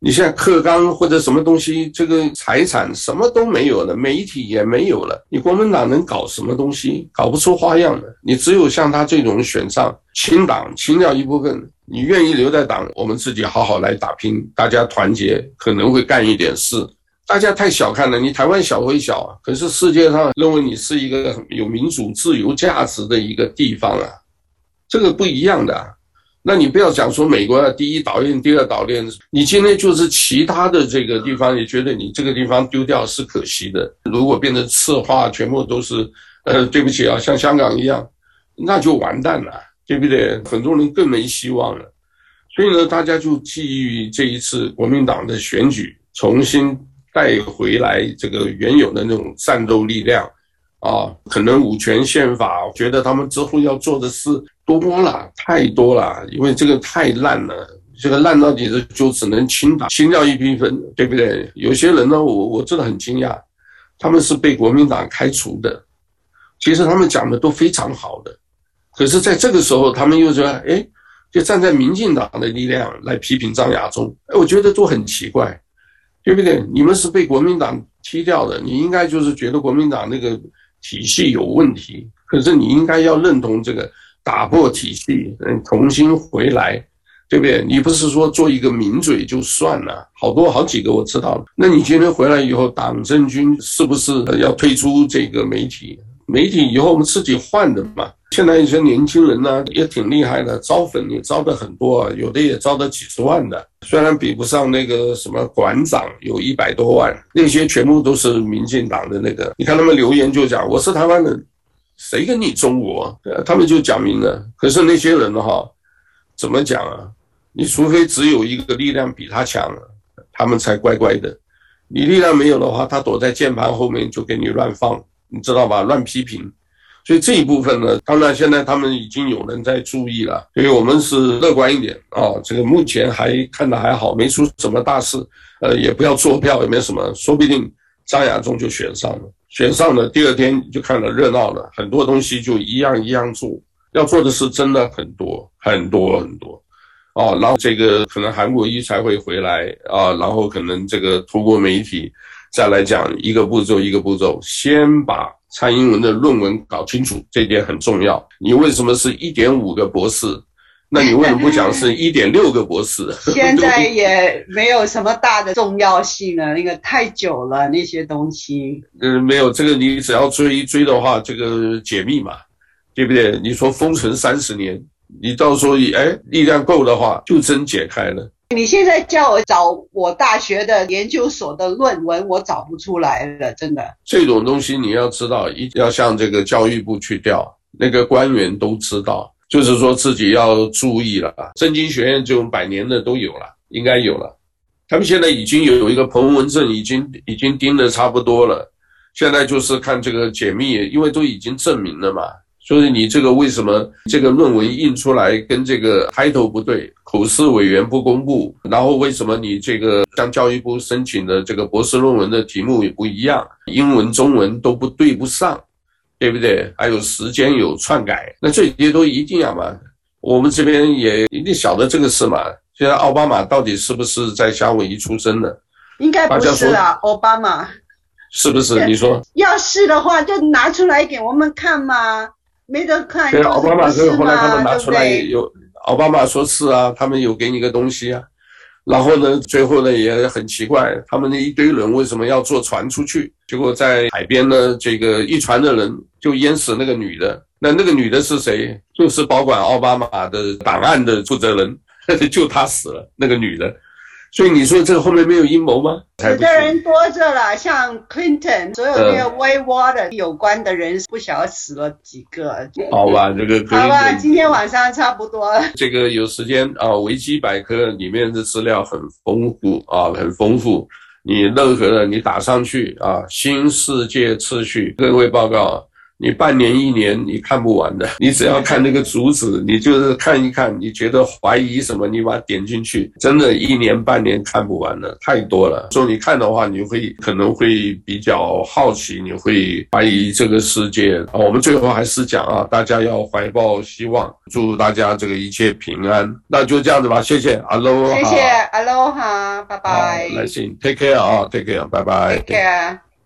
你现在课纲或者什么东西，这个财产什么都没有了，媒体也没有了，你国民党能搞什么东西？搞不出花样的。你只有像他这种选上清党，清掉一部分，你愿意留在党，我们自己好好来打拼，大家团结，可能会干一点事。大家太小看了，你台湾小归小啊，可是世界上认为你是一个有民主自由价值的一个地方啊，这个不一样的啊。那你不要讲说美国的第一岛链、第二岛链，你今天就是其他的这个地方，也觉得你这个地方丢掉是可惜的。如果变成次化，全部都是，呃，对不起啊，像香港一样，那就完蛋了，对不对？很多人更没希望了。所以呢，大家就基于这一次国民党的选举，重新带回来这个原有的那种战斗力量啊，可能五权宪法，觉得他们之后要做的事多了，太多了，因为这个太烂了，这个烂到底是就只能清打，清掉一批分，对不对？有些人呢，我我真的很惊讶，他们是被国民党开除的，其实他们讲的都非常好的，可是在这个时候，他们又说，哎，就站在民进党的力量来批评张亚中，哎，我觉得都很奇怪，对不对？你们是被国民党踢掉的，你应该就是觉得国民党那个体系有问题，可是你应该要认同这个打破体系，重新回来，对不对？你不是说做一个名嘴就算了，好多好几个我知道了。那你今天回来以后，党政军是不是要退出这个媒体？媒体以后我们自己换的嘛。现在一些年轻人呢也挺厉害的，招粉也招的很多，有的也招的几十万的，虽然比不上那个什么馆长有一百多万，那些全部都是民进党的那个。你看他们留言就讲我是台湾人，谁跟你中国？他们就讲明了。可是那些人哈，怎么讲啊？你除非只有一个力量比他强，他们才乖乖的。你力量没有的话，他躲在键盘后面就给你乱放，你知道吧？乱批评。所以这一部分呢，当然现在他们已经有人在注意了，所以我们是乐观一点啊。这个目前还看得还好，没出什么大事，呃，也不要做票，也没什么，说不定张亚中就选上了。选上了，第二天就看了热闹了，很多东西就一样一样做，要做的事真的很多很多很多，哦，然后这个可能韩国瑜才会回来啊，然后可能这个透过媒体再来讲一个步骤一个步骤，先把蔡英文的论文搞清楚，这点很重要。你为什么是 一点五 个博士？那你为什么不讲是 一点六 个博士？ 现在也没有什么大的重要性了，那个太久了那些东西。 呃，没有这个，你只要追追的话，这个解密嘛，对不对？你说封存三十年，你到时候哎力量够的话，就真解开了。 你现在叫我找我大学的研究所的论文，我找不出来了，真的。 这种东西你要知道，一定要向这个教育部去调，那个官员都知道。就是说自己要注意了，政经学院这种百年的都有了，应该有了。他们现在已经有一个彭文正，已经已经盯得差不多了。现在就是看这个解密，因为都已经证明了嘛。所以你这个为什么这个论文印出来跟这个 title 不对，口试委员不公布，然后为什么你这个向教育部申请的这个博士论文的题目也不一样，英文中文都不对不上。对不对？还有时间有篡改，那这些都一定要嘛。我们这边也一定晓得这个事嘛。现在奥巴马到底是不是在夏威夷出生的？ 应该不是啊，奥巴马是不是？你说要是的话，就拿出来给我们看嘛，没得看。 对，奥巴马是后来他们拿出来有，奥巴马说是啊，他们有给你个东西啊。然后呢，最后呢也很奇怪，他们那一堆人为什么要坐船出去？结果在海边呢，这个一船的人就淹死那个女的。那那个女的是谁？就是保管奥巴马的档案的负责人，就她死了，那个女的。所以你说这个后面没有阴谋吗？ 死的人多着了，像 Clinton 所有那个 Whitewater 有关的人，不晓得死了几个。 好吧，这个好吧，今天晚上差不多了。 这个有时间啊，维基百科里面的资料很丰富啊，很丰富。你任何的你打上去啊，新世界秩序各位报告， 你半年一年你看不完的，你只要看那个主旨，你就是看一看，你觉得怀疑什么，你把它点进去，真的一年半年看不完的，太多了。所以你看的话，你会可能会比较好奇，你会怀疑这个世界。啊，我们最后还是讲啊，大家要怀抱希望，祝大家这个一切平安。那就这样子吧，谢谢 ，Aloha， 谢谢 ，Aloha， 拜拜。 来信 ，Take care 啊 ，Take care， 拜拜 ，Take care。